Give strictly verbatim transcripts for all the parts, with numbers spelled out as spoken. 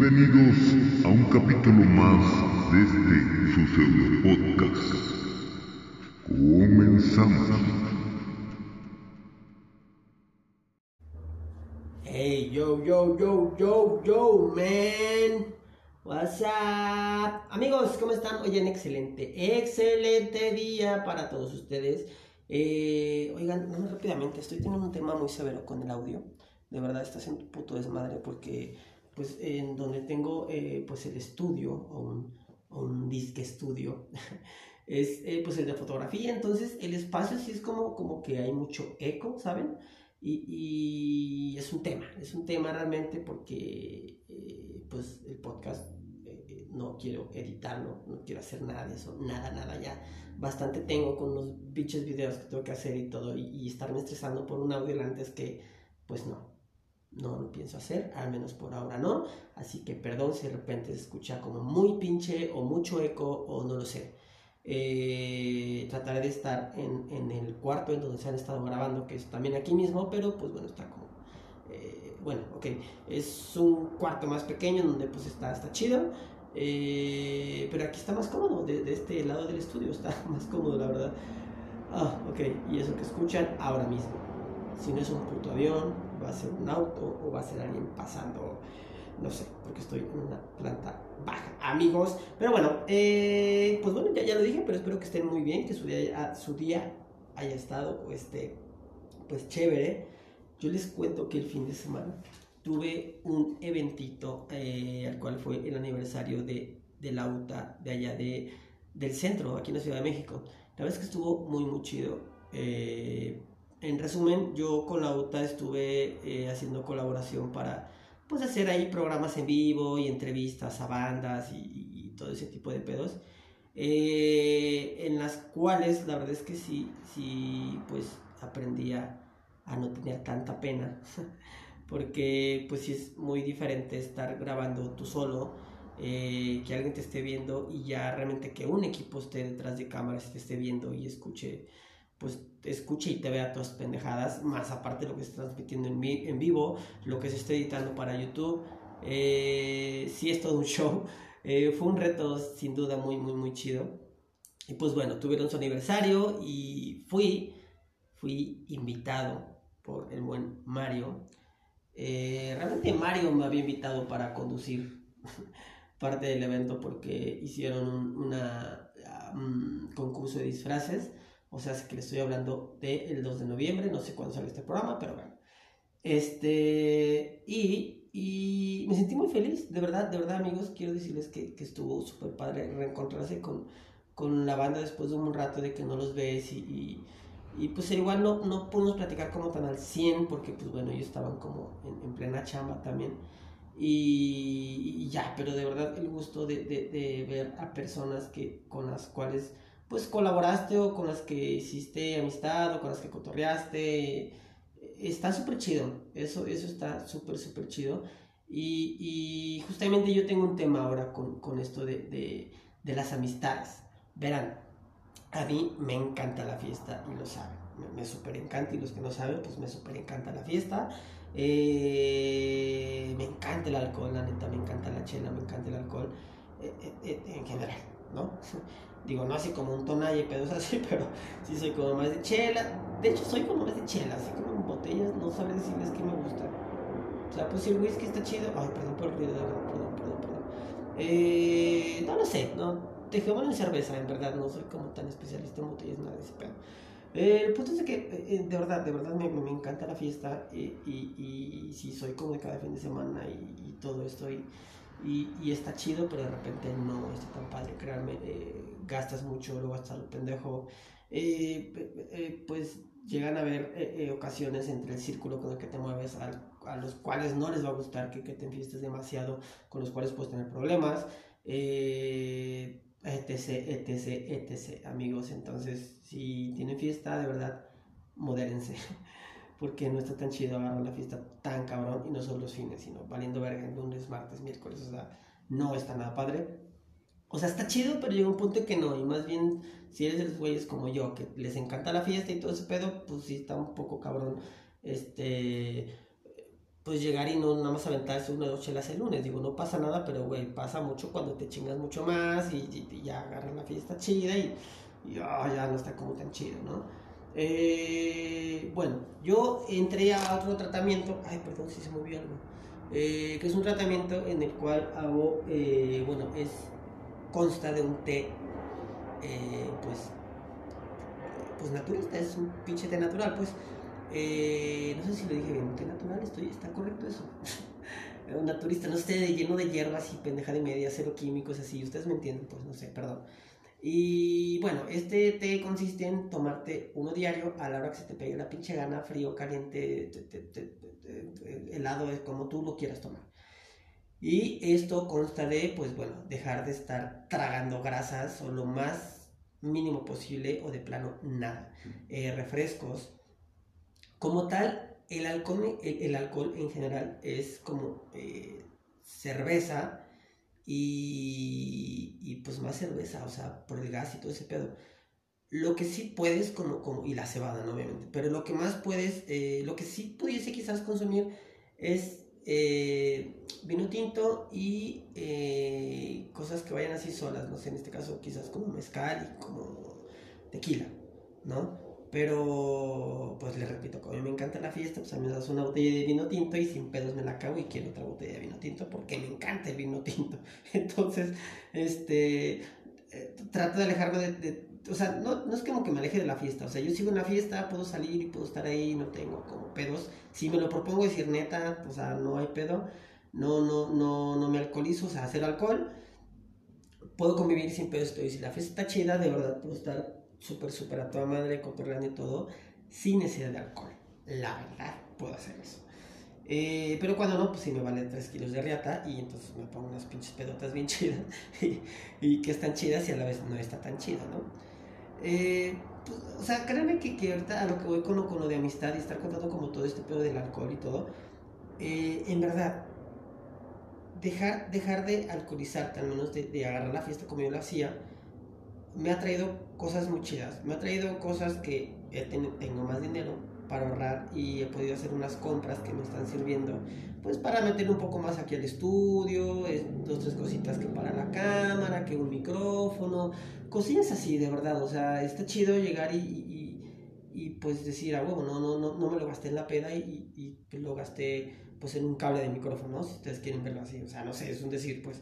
Bienvenidos a un capítulo más de este su pseudo podcast. Comenzamos. Hey, yo, yo, yo, yo, yo, man. What's up? Amigos, ¿cómo están? Hoy en excelente, excelente día para todos ustedes. Eh, oigan, no, rápidamente, estoy teniendo un tema muy severo con el audio. De verdad, está haciendo un puto desmadre porque, pues, en donde tengo, eh, pues, el estudio o un, o un disque estudio, es, eh, pues, el de fotografía. Entonces, el espacio sí es como, como que hay mucho eco, ¿saben? Y, y es un tema, es un tema realmente porque eh, pues el podcast eh, no quiero editarlo, no quiero hacer nada de eso, nada, nada, ya bastante tengo con unos bichos videos que tengo que hacer y todo, y, y estarme estresando por un audio antes que, pues no, no lo pienso hacer, al menos por ahora no, así que perdón si de repente se escucha como muy pinche o mucho eco o no lo sé. Eh, trataré de estar en, en el cuarto en donde se han estado grabando, que es también aquí mismo, pero pues bueno, está como eh, bueno, ok, es un cuarto más pequeño donde pues está, está chido, eh, pero aquí está más cómodo, de, de este lado del estudio está más cómodo, la verdad. Ah, ok, y eso que escuchan ahora mismo, si no es un puto avión, va a ser un auto o va a ser alguien pasando, no sé, porque estoy en una planta baja, amigos. Pero bueno, eh, pues bueno, ya, ya lo dije, pero espero que estén muy bien, que su día, su día haya estado, este, pues chévere. Yo les cuento que el fin de semana tuve un eventito, eh, al cual fue el aniversario de, de la U T A de allá de, del centro, aquí en la Ciudad de México. La verdad es que estuvo muy, muy chido. Eh, en resumen, yo con la U T A estuve eh, haciendo colaboración para pues hacer ahí programas en vivo y entrevistas a bandas y, y, y todo ese tipo de pedos, eh, en las cuales la verdad es que sí, sí, pues aprendí a, a no tener tanta pena, porque pues sí es muy diferente estar grabando tú solo, eh, que alguien te esté viendo y ya realmente que un equipo esté detrás de cámaras y te esté viendo y escuche, pues escuche y te vea todas pendejadas, más aparte de lo que se está transmitiendo en, vi en vivo, lo que se está editando para YouTube. Eh, sí es todo un show. Eh, fue un reto sin duda muy, muy, muy chido. Y pues bueno, tuvieron su aniversario y fui, fui invitado por el buen Mario. Eh, realmente Mario me había invitado para conducir parte del evento porque hicieron un una, um, concurso de disfraces. O sea, es que le estoy hablando del dos de noviembre, no sé cuándo sale este programa, pero bueno. Este, y, y me sentí muy feliz, de verdad, de verdad, amigos. Quiero decirles que, que estuvo súper padre reencontrarse con, con la banda después de un rato de que no los ves. Y, y, y pues igual no, no pudimos platicar como tan al cien porque, pues bueno, ellos estaban como en, en plena chamba también. Y, y ya, pero de verdad el gusto de, de, de ver a personas que, con las cuales pues colaboraste o con las que hiciste amistad o con las que cotorreaste, está súper chido, eso, eso está súper, súper chido. Y, y justamente yo tengo un tema ahora con, con esto de, de, de las amistades. Verán, a mí me encanta la fiesta y lo saben, me, me súper encanta, y los que no saben, pues me súper encanta la fiesta. Eh, me encanta el alcohol, la neta, me encanta la chela, me encanta el alcohol, eh, eh, eh, en general, ¿no? Digo, no así como un tonalle y pedos así, pero sí soy como más de chela. De hecho, soy como más de chela, así como en botellas, no sabré decirles que me gusta. O sea, pues si el whisky está chido. Ay, perdón por el ruido, perdón, perdón, perdón, perdón. Eh, no lo sé, no. Dejémoslo en cerveza, en verdad, no soy como tan especialista en botellas, nada de ese pedo. Eh, el punto es de que, eh, de verdad, de verdad me, me encanta la fiesta, eh, y, y, y sí, soy como de cada fin de semana y, y todo esto, y, y, y está chido, pero de repente no está tan padre, créanme, eh, gastas mucho, luego hasta lo pendejo, eh, eh, pues llegan a haber eh, eh, ocasiones entre el círculo con el que te mueves, al, a los cuales no les va a gustar que, que te enfiestes demasiado, con los cuales puedes tener problemas, eh, etc, etc, etc, amigos. Entonces, si tienen fiesta, de verdad, modérense, porque no está tan chido agarrar la fiesta tan cabrón, y no solo los fines, sino valiendo verga en lunes, martes, miércoles, o sea, no está nada padre. O sea, está chido, pero llega un punto en que no, y más bien, si eres de los güeyes como yo, que les encanta la fiesta y todo ese pedo, pues sí está un poco cabrón, este, pues llegar y no nada más aventarse una o dos chelas el lunes. Digo, no pasa nada, pero güey, pasa mucho cuando te chingas mucho más y, y, y ya agarras la fiesta chida y, y oh, ya no está como tan chido, ¿no? Eh, bueno, yo entré a otro tratamiento, ay, perdón si se movió algo, eh, que es un tratamiento en el cual hago, eh, bueno, es consta de un té, eh, pues, pues naturista, es un pinche té natural, pues. Eh, no sé si lo dije bien, té natural, estoy, está correcto eso. Un naturista, no sé, lleno de hierbas y pendeja de media, cero químicos, así, ustedes me entienden, pues no sé, perdón. Y bueno, este té consiste en tomarte uno diario a la hora que se te pegue la pinche gana, frío, caliente, te, te, te, te, helado, es como tú lo quieras tomar. Y esto consta de, pues bueno, dejar de estar tragando grasas o lo más mínimo posible o de plano nada. Eh, refrescos. Como tal, el alcohol, el, el alcohol en general es como eh, cerveza y, y pues más cerveza, o sea, por el gas y todo ese pedo. Lo que sí puedes, como, como y la cebada, ¿no? Obviamente, pero lo que más puedes, eh, lo que sí pudiese quizás consumir es eh, vino tinto y eh, cosas que vayan así solas, no sé, en este caso quizás como mezcal y como tequila, ¿no? Pero, pues les repito, como a mí me encanta la fiesta, pues a mí me das una botella de vino tinto y sin pedos me la cago y quiero otra botella de vino tinto porque me encanta el vino tinto. Entonces, este, eh, trato de alejarme de, de o sea, no, no es como que me aleje de la fiesta, o sea, yo sigo en la fiesta, puedo salir y puedo estar ahí, no tengo como pedos. Si me lo propongo decir neta, o sea, no hay pedo, no, no, no, no me alcoholizo, o sea, hacer alcohol, puedo convivir sin pedos. Estoy, si la fiesta está chida, de verdad, puedo estar súper, súper a toda madre, cotorreando y todo, sin necesidad de alcohol. La verdad, puedo hacer eso. Eh, pero cuando no, pues sí me vale tres kilos de riata y entonces me pongo unas pinches pedotas bien chidas y, y que están chidas y a la vez no está tan chida, ¿no? Eh, pues, o sea, créanme que, que ahorita a lo que voy con lo, con lo de amistad y estar contando como todo este pedo del alcohol y todo, eh, en verdad, dejar, dejar de alcoholizarte, al menos de, de agarrar la fiesta como yo lo hacía, me ha traído cosas muy chidas. Me ha traído cosas que he ten, tengo más dinero para ahorrar y he podido hacer unas compras que me están sirviendo pues para meter un poco más aquí al estudio, es, dos, tres cositas que para la cámara, que un micrófono, cosillas así, de verdad. O sea, está chido llegar y, y, y, y pues decir, ah, huevo, no, no, no, no me lo gasté en la peda y, y, y lo gasté pues en un cable de micrófono, ¿no? Si ustedes quieren verlo así. O sea, no sé, es un decir, pues.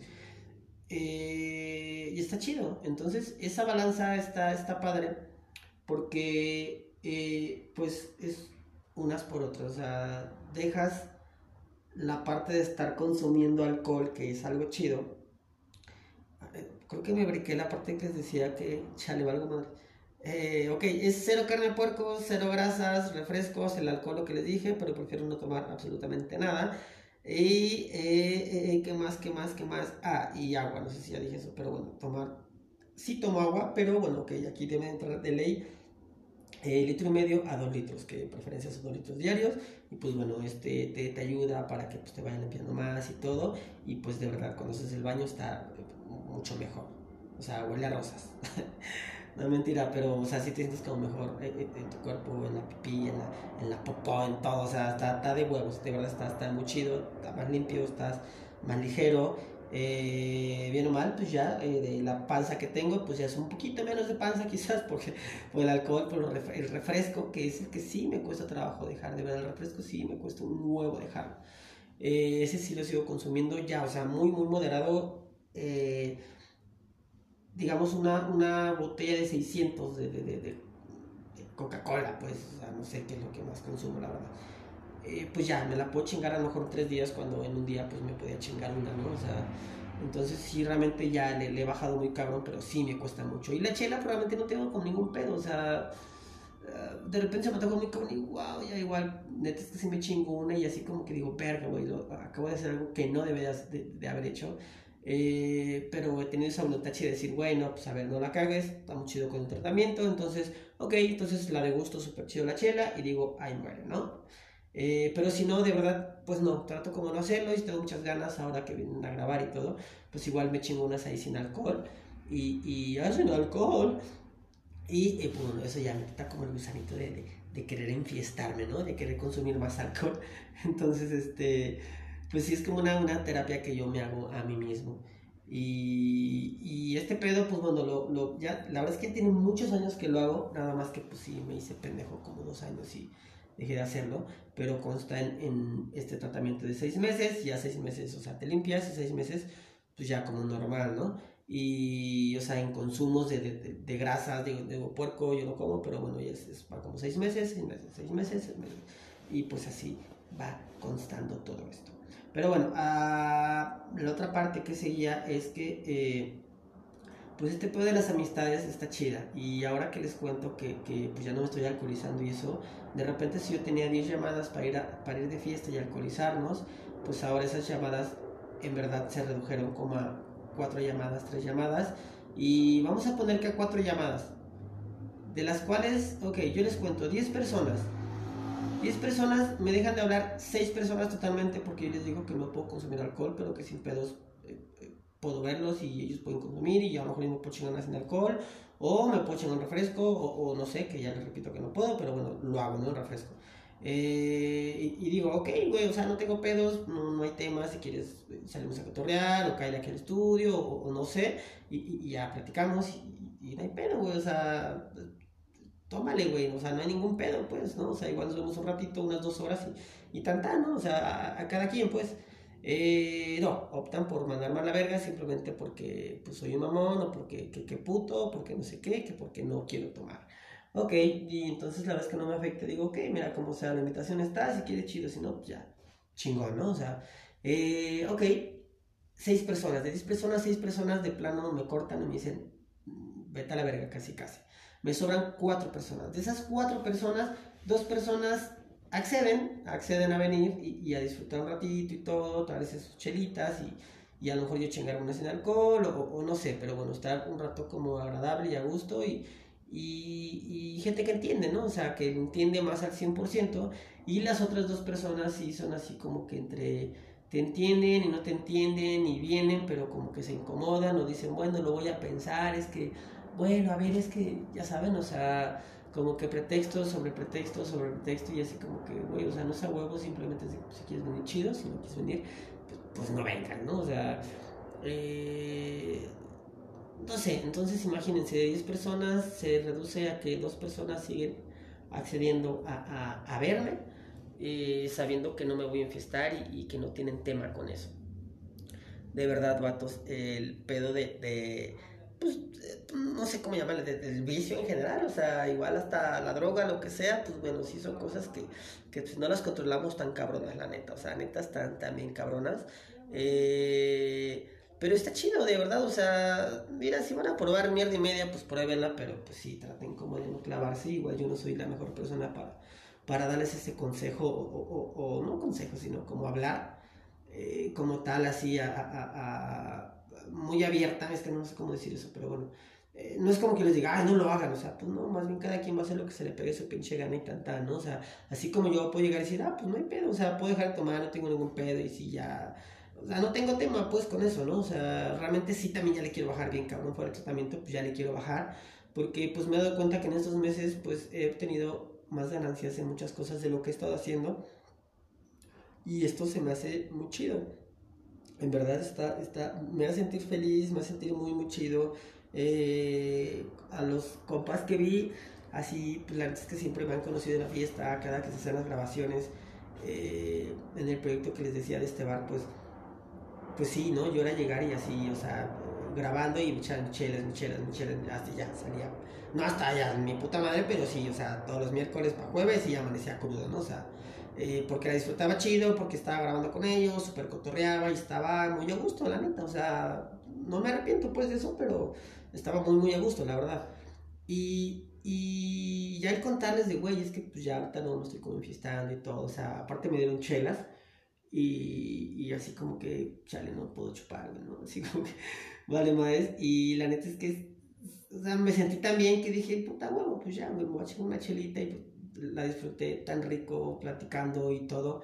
Eh, y está chido. Entonces, esa balanza está, está padre porque, eh, pues, es unas por otras. O sea, dejas la parte de estar consumiendo alcohol, que es algo chido. Creo que me brinqué la parte que les decía que, chale, valgo madre. Eh, ok, es cero carne de puerco, cero grasas, refrescos, el alcohol, lo que les dije, pero prefiero no tomar absolutamente nada. Y, eh, eh, ¿qué más, qué más, qué más? Ah, y agua, no sé si ya dije eso, pero bueno, tomar, sí tomo agua, pero bueno, ok, aquí debe entrar de ley eh, litro y medio a dos litros, que en preferencia son dos litros diarios, y pues bueno, este te, te ayuda para que pues, te vayan limpiando más y todo, y pues de verdad, cuando haces el baño está mucho mejor, o sea, huele a rosas. No, mentira, pero, o sea, sí te sientes como mejor eh, eh, en tu cuerpo, en la pipí, en la, en la popó, en todo, o sea, está, está de huevos, de verdad está, está muy chido, está más limpio, estás más ligero, eh, bien o mal, pues ya, eh, de la panza que tengo, pues ya es un poquito menos de panza quizás, porque por el alcohol, por el refresco, que es el que sí me cuesta trabajo dejar, de verdad, el refresco sí me cuesta un huevo dejarlo, eh, ese sí lo sigo consumiendo ya, o sea, muy, muy moderado, eh, digamos, una, una botella de seiscientos de, de, de, de Coca-Cola, pues, o sea, no sé qué es lo que más consumo, la verdad. Eh, pues ya, me la puedo chingar a lo mejor tres días cuando en un día pues me podía chingar una, ¿no? O sea, entonces sí, realmente ya le, le he bajado muy cabrón, pero sí me cuesta mucho. Y la chela probablemente no tengo con ningún pedo, o sea, de repente se me antoja muy cabrón y wow, ya igual, neta es que sí me chingo una y así como que digo, verga, güey, acabo de hacer algo que no deberías de, de haber hecho. Eh, pero he tenido esa voluntad de decir, bueno, pues a ver, no la cagues, está muy chido con el tratamiento, entonces, ok, entonces la degusto súper chido la chela y digo, ay, muere, ¿no? Eh, pero si no, de verdad, pues no, trato como no hacerlo y si tengo muchas ganas ahora que vienen a grabar y todo, pues igual me chingo unas ahí sin alcohol y, y hacen alcohol y eh, pues bueno, eso ya me quita como el gusanito de, de, de querer enfiestarme, ¿no? De querer consumir más alcohol. Entonces, este, pues sí es como una, una terapia que yo me hago a mí mismo. Y, y este pedo, pues bueno, lo, lo, ya, la verdad es que tiene muchos años que lo hago, nada más que pues sí me hice pendejo como dos años y dejé de hacerlo, pero consta en, en este tratamiento de seis meses, ya seis meses, o sea, te limpias y seis meses, pues ya como normal, ¿no? Y, o sea, en consumos de, de, de, de grasas, de, de puerco, yo no como, pero bueno, ya es, es para como seis meses, seis meses, seis meses, seis meses, y pues así va constando todo esto. Pero bueno, uh, la otra parte que seguía es que, eh, pues este pedo de las amistades está chida. Y ahora que les cuento que, que pues ya no me estoy alcoholizando y eso, de repente si yo tenía diez llamadas para ir, a, para ir de fiesta y alcoholizarnos, pues ahora esas llamadas en verdad se redujeron como a cuatro llamadas, tres llamadas. Y vamos a poner que a cuatro llamadas, de las cuales, ok, yo les cuento diez personas. diez personas, me dejan de hablar seis personas totalmente porque yo les digo que no puedo consumir alcohol, pero que sin pedos eh, eh, puedo verlos y ellos pueden consumir y a lo mejor yo me puedo chingar sin alcohol o me puedo chingar un refresco o, o no sé, que ya les repito que no puedo, pero bueno, lo hago, ¿no? Un refresco. Eh, y, y digo, ok, güey, o sea, no tengo pedos, no, no hay tema, si quieres salimos a cotorrear o caer aquí al estudio o, o no sé, y, y, y ya platicamos y, y no hay pedo, güey, o sea... tómale, güey, o sea, no hay ningún pedo, pues, ¿no? O sea, igual nos vemos un ratito, unas dos horas y, y tan tan, ¿no? O sea, a, a cada quien, pues. Eh, no, optan por mandarme a la verga simplemente porque, pues, soy un mamón, o porque, que, que puto, porque no sé qué, que porque no quiero tomar. Ok, y entonces la vez que no me afecte, digo, ok, mira, como sea, la invitación está, si quieres chido, si no, pues ya, chingón, ¿no? O sea, eh, ok, seis personas, de diez personas, seis personas de plano me cortan y me dicen, vete a la verga, casi, casi. Me sobran cuatro personas. De esas cuatro personas, dos personas acceden, acceden a venir y, y a disfrutar un ratito y todo, traerse sus chelitas y, y a lo mejor yo chingar una sin alcohol o, o no sé, pero bueno, estar un rato como agradable y a gusto y, y, y gente que entiende, ¿no? O sea, que entiende más al cien por ciento y las otras dos personas sí son así como que entre te entienden y no te entienden y vienen, pero como que se incomodan o dicen, bueno, lo voy a pensar, es que bueno, a ver, es que, ya saben, o sea, como que pretexto sobre pretexto sobre pretexto y así como que, güey, o sea, no sea huevo, simplemente si, si quieres venir chido, si no quieres venir, pues, pues no vengan, ¿no? O sea, eh, no sé, entonces imagínense, de diez personas se reduce a que dos personas siguen accediendo a, a, a verme, eh, sabiendo que no me voy a enfiestar y, y que no tienen tema con eso. De verdad, vatos, el pedo de, de pues, no sé cómo llamarle, de, del vicio en general, o sea, igual hasta la droga, lo que sea, pues bueno, sí son cosas que, que pues, no las controlamos tan cabronas, la neta, o sea, neta están también cabronas, eh, pero está chido, de verdad, o sea, mira, si van a probar mierda y media, pues pruébenla, pero pues sí, traten como de no clavarse, igual yo no soy la mejor persona para, para darles ese consejo, o, o, o, o no consejo, sino como hablar, eh, como tal, así, a, a, a, muy abierta, es que no sé cómo decir eso, pero bueno, eh, no es como que les diga, ay, no lo hagan, o sea, pues no, más bien cada quien va a hacer lo que se le pegue su pinche gana y tanta, ¿no? O sea, así como yo puedo llegar y decir, ah, pues no hay pedo, o sea, puedo dejar de tomar, no tengo ningún pedo y si ya, o sea, no tengo tema, pues, con eso, ¿no? O sea, realmente sí también ya le quiero bajar bien, cabrón, fuera el tratamiento, pues ya le quiero bajar, porque pues me he dado cuenta que en estos meses, pues, he obtenido más ganancias en muchas cosas de lo que he estado haciendo y esto se me hace muy chido. En verdad está, está, me hace sentir feliz, me hace sentir muy, muy chido. Eh, a los compas que vi, así, pues la verdad es que siempre me han conocido en la fiesta, cada que se hacen las grabaciones, eh, en el proyecto que les decía de este bar, pues, pues sí, ¿no? Yo era llegar y así, o sea, grabando y me echaban chelas, chelas, chelas, hasta ya salía. No hasta ya, mi puta madre, pero sí, o sea, todos los miércoles para jueves y amanecía crudo, ¿no? O sea, eh, porque la disfrutaba chido, porque estaba grabando con ellos, súper cotorreaba y estaba muy a gusto, la neta, o sea, no me arrepiento pues de eso, pero estaba muy, muy a gusto, la verdad. Y, y ya el contarles de, güey, es que pues ya ahorita no me estoy como enfiestando y todo, o sea, aparte me dieron chelas y, y así como que, chale, no puedo chupar, güey, ¿no? Así como que, vale, más. Y la neta es que, o sea, me sentí tan bien que dije, puta huevo, pues ya, güey, me voy a echar una chelita y pues, la disfruté tan rico platicando y todo.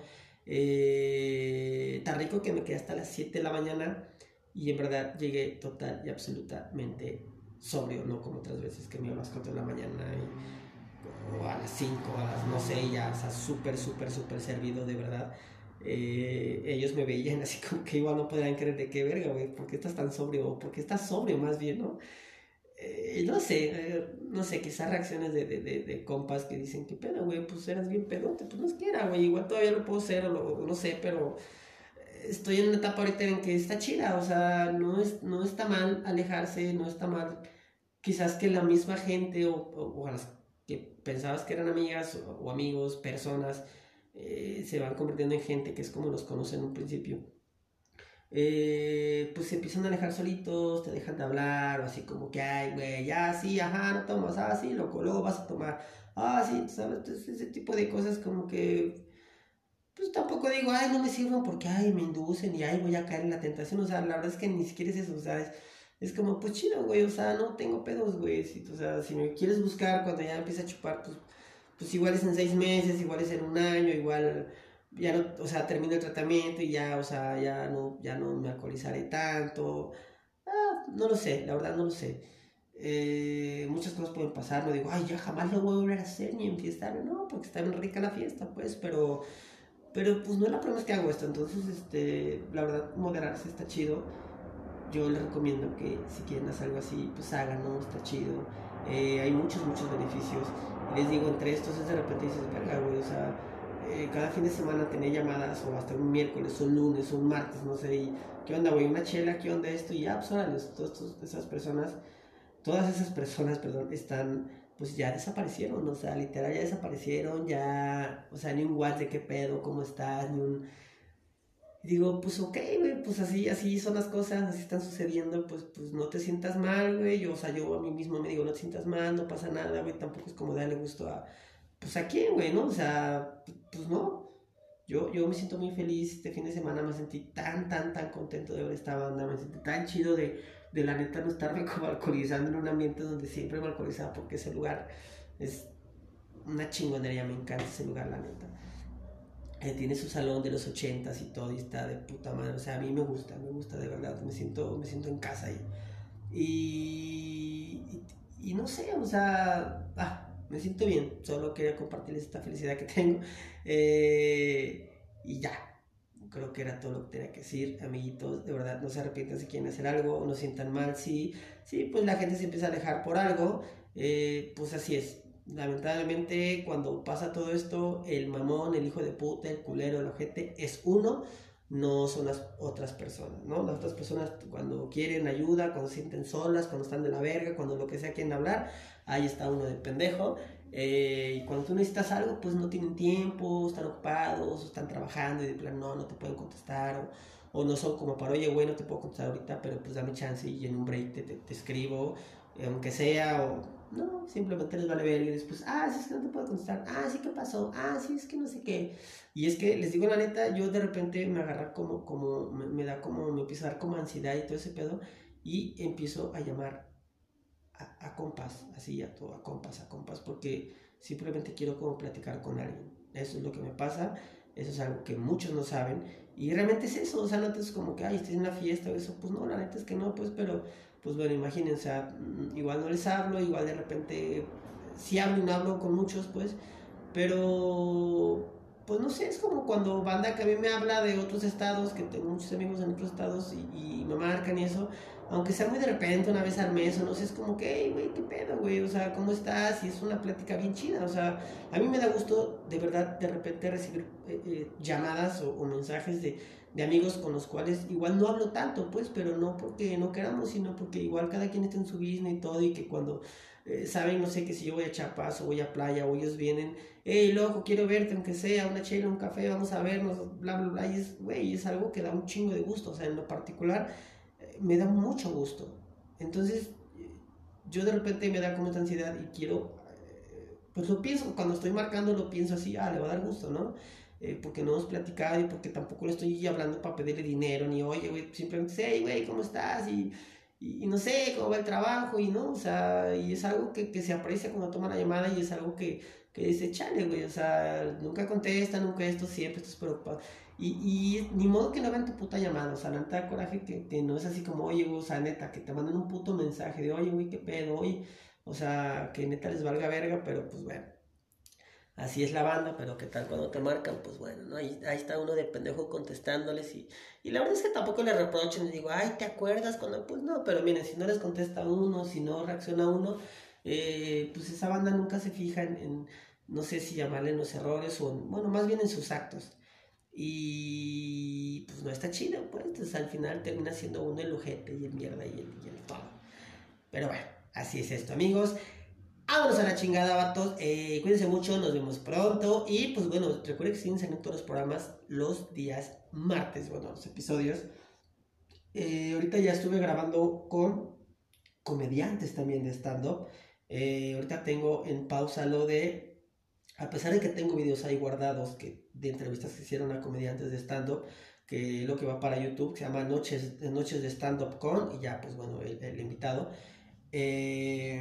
Eh, tan rico que me quedé hasta las siete de la mañana y en verdad llegué total y absolutamente sobrio, no como otras veces que me iba a las cuatro de la mañana o a las cinco, a las, no sé, ya, o sea, súper, súper, súper servido, de verdad. Eh, ellos me veían así como que igual no podrían creer de qué verga, güey, ¿por qué estás tan sobrio? O ¿por qué estás sobrio más bien, no? Eh, no sé, eh, no sé, quizás reacciones de, de, de, de compas que dicen que pedo, güey, pues eras bien pedote, pues no es que era, güey, igual todavía lo puedo ser, o lo, no sé, pero estoy en una etapa ahorita en que está chida, o sea, no, es, no está mal alejarse, no está mal, quizás que la misma gente o, o, o a las que pensabas que eran amigas o, o amigos, personas, eh, se van convirtiendo en gente que es como los conocen en un principio. Eh, pues se empiezan a alejar solitos, te dejan de hablar, o así como que, ay, güey, ya, sí, ajá, no tomas, ah, sí, loco, luego vas a tomar, ah, sí, ¿sabes? Entonces, ese tipo de cosas como que, pues tampoco digo, ay, no me sirven porque, ay, me inducen y, ay, voy a caer en la tentación, o sea, la verdad es que ni siquiera es eso, o sea, es, es como, pues chido, güey, o sea, no tengo pedos, güey, si, o sea, si me quieres buscar cuando ya empiece a chupar, pues, pues igual es en seis meses, igual es en un año, igual ya no, o sea, termino el tratamiento y ya, o sea, ya no, ya no me alcoholizaré tanto. Ah, no lo sé, la verdad no lo sé. Eh, muchas cosas pueden pasar, no digo, ay, ya jamás lo voy a volver a hacer ni enfiestarme, no, porque está bien rica la fiesta, pues, pero, pero pues no es la primera vez que hago esto, entonces, este, la verdad, moderarse está chido. Yo les recomiendo que si quieren hacer algo así, pues háganlo, está chido. Eh, hay muchos, muchos beneficios. Y les digo, entre estos es de repente dices, verga, güey, o sea, eh, cada fin de semana tenía llamadas, o hasta un miércoles, o un lunes, o un martes, no sé, y qué onda, güey, una chela, qué onda esto, y ya, pues órale, todas esas personas, todas esas personas, perdón, están, pues ya desaparecieron, o sea, literal ya desaparecieron, ya, o sea, ni un WhatsApp de qué pedo, cómo estás, ni un y digo, pues ok, güey, pues así, así son las cosas, así están sucediendo, pues, pues no te sientas mal, güey. Yo, o sea, yo a mí mismo me digo, no te sientas mal, no pasa nada, güey. Tampoco es como darle gusto a, pues a quién, güey, ¿no? O sea, pues no. Yo, yo me siento muy feliz, este fin de semana me sentí tan, tan, tan contento de ver esta banda, me sentí tan chido de, de la neta no estarme como alcoholizando en un ambiente donde siempre me alcoholizaba, porque ese lugar es una chingonería, me encanta ese lugar, la neta. Eh, tiene su salón de los ochentas y todo y está de puta madre, o sea, a mí me gusta, me gusta de verdad, me siento, me siento en casa ahí. Y, y, y no sé, o sea, ah, me siento bien, solo quería compartirles esta felicidad que tengo. Eh, y ya, creo que era todo lo que tenía que decir, amiguitos, de verdad, no se arrepientan si quieren hacer algo, no sientan mal, sí, sí, pues la gente se empieza a alejar por algo, eh, pues así es. Lamentablemente, cuando pasa todo esto, el mamón, el hijo de puta, el culero, el ojete, es uno, no son las otras personas, ¿no? Las otras personas cuando quieren ayuda, cuando se sienten solas, cuando están de la verga, cuando lo que sea quieren hablar, ahí está uno de pendejo. Eh, y cuando tú necesitas algo, pues no tienen tiempo, están ocupados, están trabajando y de plan no, no te pueden contestar. O, o no son como para, oye, güey, no te puedo contestar ahorita, pero pues dame chance y en un break te, te, te escribo, eh, aunque sea, o no, simplemente les vale ver y después, ah, sí, es que no te puedo contestar, ah, sí, ¿qué pasó? Ah, sí, es que no sé qué. Y es que, les digo la neta, yo de repente me agarra como, como, me, me da como, me empieza a dar como ansiedad y todo ese pedo, y empiezo a llamar a, a compas, así, a todo, a compas, a compas, porque simplemente quiero como platicar con alguien. Eso es lo que me pasa, eso es algo que muchos no saben, y realmente es eso, o sea, no es como que, ay, estoy en una fiesta o eso, pues no, la neta es que no, pues, pero, pues bueno, imagínense, o sea, igual no les hablo, igual de repente, sí hablo y no hablo con muchos, pues, pero pues no sé, es como cuando banda que a mí me habla de otros estados, que tengo muchos amigos en otros estados y, y me marcan y eso, aunque sea muy de repente, una vez al mes o no sé, es como que, hey, güey, qué pedo, güey, o sea, ¿cómo estás? Y es una plática bien chida, o sea, a mí me da gusto de verdad de repente recibir eh, eh, llamadas o, o mensajes de, de amigos con los cuales igual no hablo tanto, pues, pero no porque no queramos, sino porque igual cada quien está en su business y todo, y que cuando eh, saben, no sé, que si yo voy a Chiapas o voy a playa o ellos vienen, hey, loco, quiero verte, aunque sea una chela, un café, vamos a vernos, bla, bla, bla, y es, güey, es algo que da un chingo de gusto, o sea, en lo particular, eh, me da mucho gusto. Entonces, eh, yo de repente me da como esta ansiedad y quiero, eh, pues lo pienso, cuando estoy marcando lo pienso así, ah, le va a dar gusto, ¿no? Eh, porque no hemos platicado y porque tampoco le estoy hablando para pedirle dinero, ni oye, güey, simplemente, hey, güey, ¿cómo estás? Y, y, y, no sé, cómo va el trabajo, y no, o sea, y es algo que, que se aprecia cuando toma la llamada y es algo que, que dice, chale, güey, o sea, nunca contesta, nunca esto, siempre estás preocupado. Y, y ni modo que no hagan tu puta llamada, o sea, la neta coraje que, que no es así como, oye, güey, o sea, neta, que te manden un puto mensaje de, oye, güey, qué pedo, oye, O sea, que neta les valga verga, pero pues bueno. Así es la banda, pero qué tal cuando te marcan, pues bueno, ¿no? Ahí, ahí está uno de pendejo contestándoles y, y la verdad es que tampoco les reprocho, les digo, ay, ¿te acuerdas cuando? Pues no, pero miren, si no les contesta uno, si no reacciona uno, eh, pues esa banda nunca se fija en, en, no sé si llamarle en los errores o, en, bueno, más bien en sus actos. Y pues no está chido, pues entonces al final termina siendo uno el ojete y el mierda y el, y el todo. Pero bueno, así es esto, amigos. Vámonos a la chingada, vatos. Eh, cuídense mucho, nos vemos pronto. Y pues bueno, recuerden que siguen saliendo todos los programas los días martes, bueno, los episodios. Eh, ahorita ya estuve grabando con comediantes también de stand-up. Eh, ahorita tengo en pausa lo de, a pesar de que tengo videos ahí guardados que, de entrevistas que hicieron a comediantes de stand-up, que es lo que va para YouTube, que se llama Noches, Noches de Stand-up con, y ya, pues bueno, el, el invitado. Eh,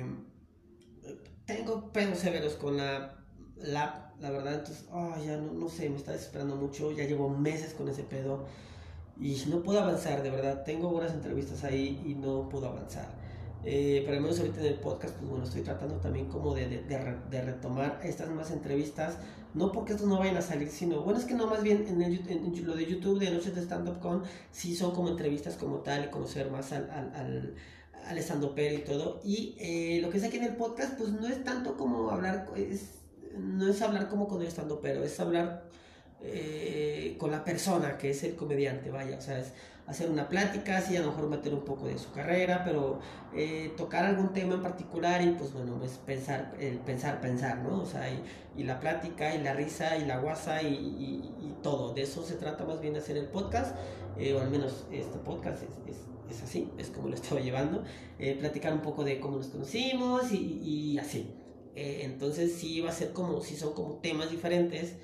tengo pedos severos con la la, la verdad, entonces, oh, ya no, no sé, me está desesperando mucho, ya llevo meses con ese pedo y no puedo avanzar, de verdad, tengo buenas entrevistas ahí y no puedo avanzar. Eh, pero al menos ahorita en el podcast, pues bueno, estoy tratando también como de, de, de, de retomar estas más entrevistas, no porque estos no vayan a salir, sino, bueno, es que no, más bien en, el, en, en lo de YouTube de Noches de Stand Up Con, sí son como entrevistas como tal y conocer más al, al, al al stand-upero y todo. Y eh, lo que es aquí en el podcast, pues no es tanto como hablar, es, no es hablar como con el stand-upero, es hablar eh, con la persona que es el comediante, vaya, o sea, es hacer una plática, así a lo mejor meter un poco de su carrera, pero eh, tocar algún tema en particular y pues bueno, es pensar, el pensar, pensar, ¿no? O sea, y, y la plática y la risa y la guasa y, y, y todo, de eso se trata más bien de hacer el podcast, eh, o al menos este podcast es, es, es así, es como lo estaba llevando, eh, platicar un poco de cómo nos conocimos y, y así. Eh, entonces sí va a ser como, sí son como temas diferentes,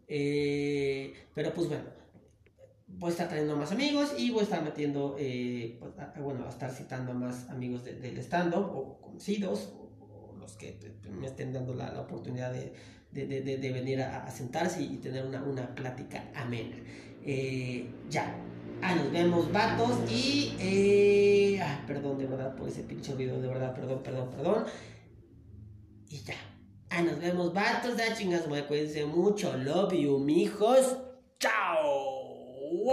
eh, pero pues bueno, voy a estar trayendo más amigos y voy a estar metiendo, eh, pues, a, bueno, a estar citando a más amigos de, del stand-up o conocidos o, o los que me estén dando la, la oportunidad de, de, de, de, de venir a, a sentarse y tener una, una plática amena. Eh, ya. Ah, nos vemos, vatos. Y, eh, ah, perdón, de verdad, por ese pinche video, de verdad, perdón, perdón, perdón. Y ya. Ah, nos vemos, vatos. Da chingas, cuídense mucho. Love you, mijos. Chao.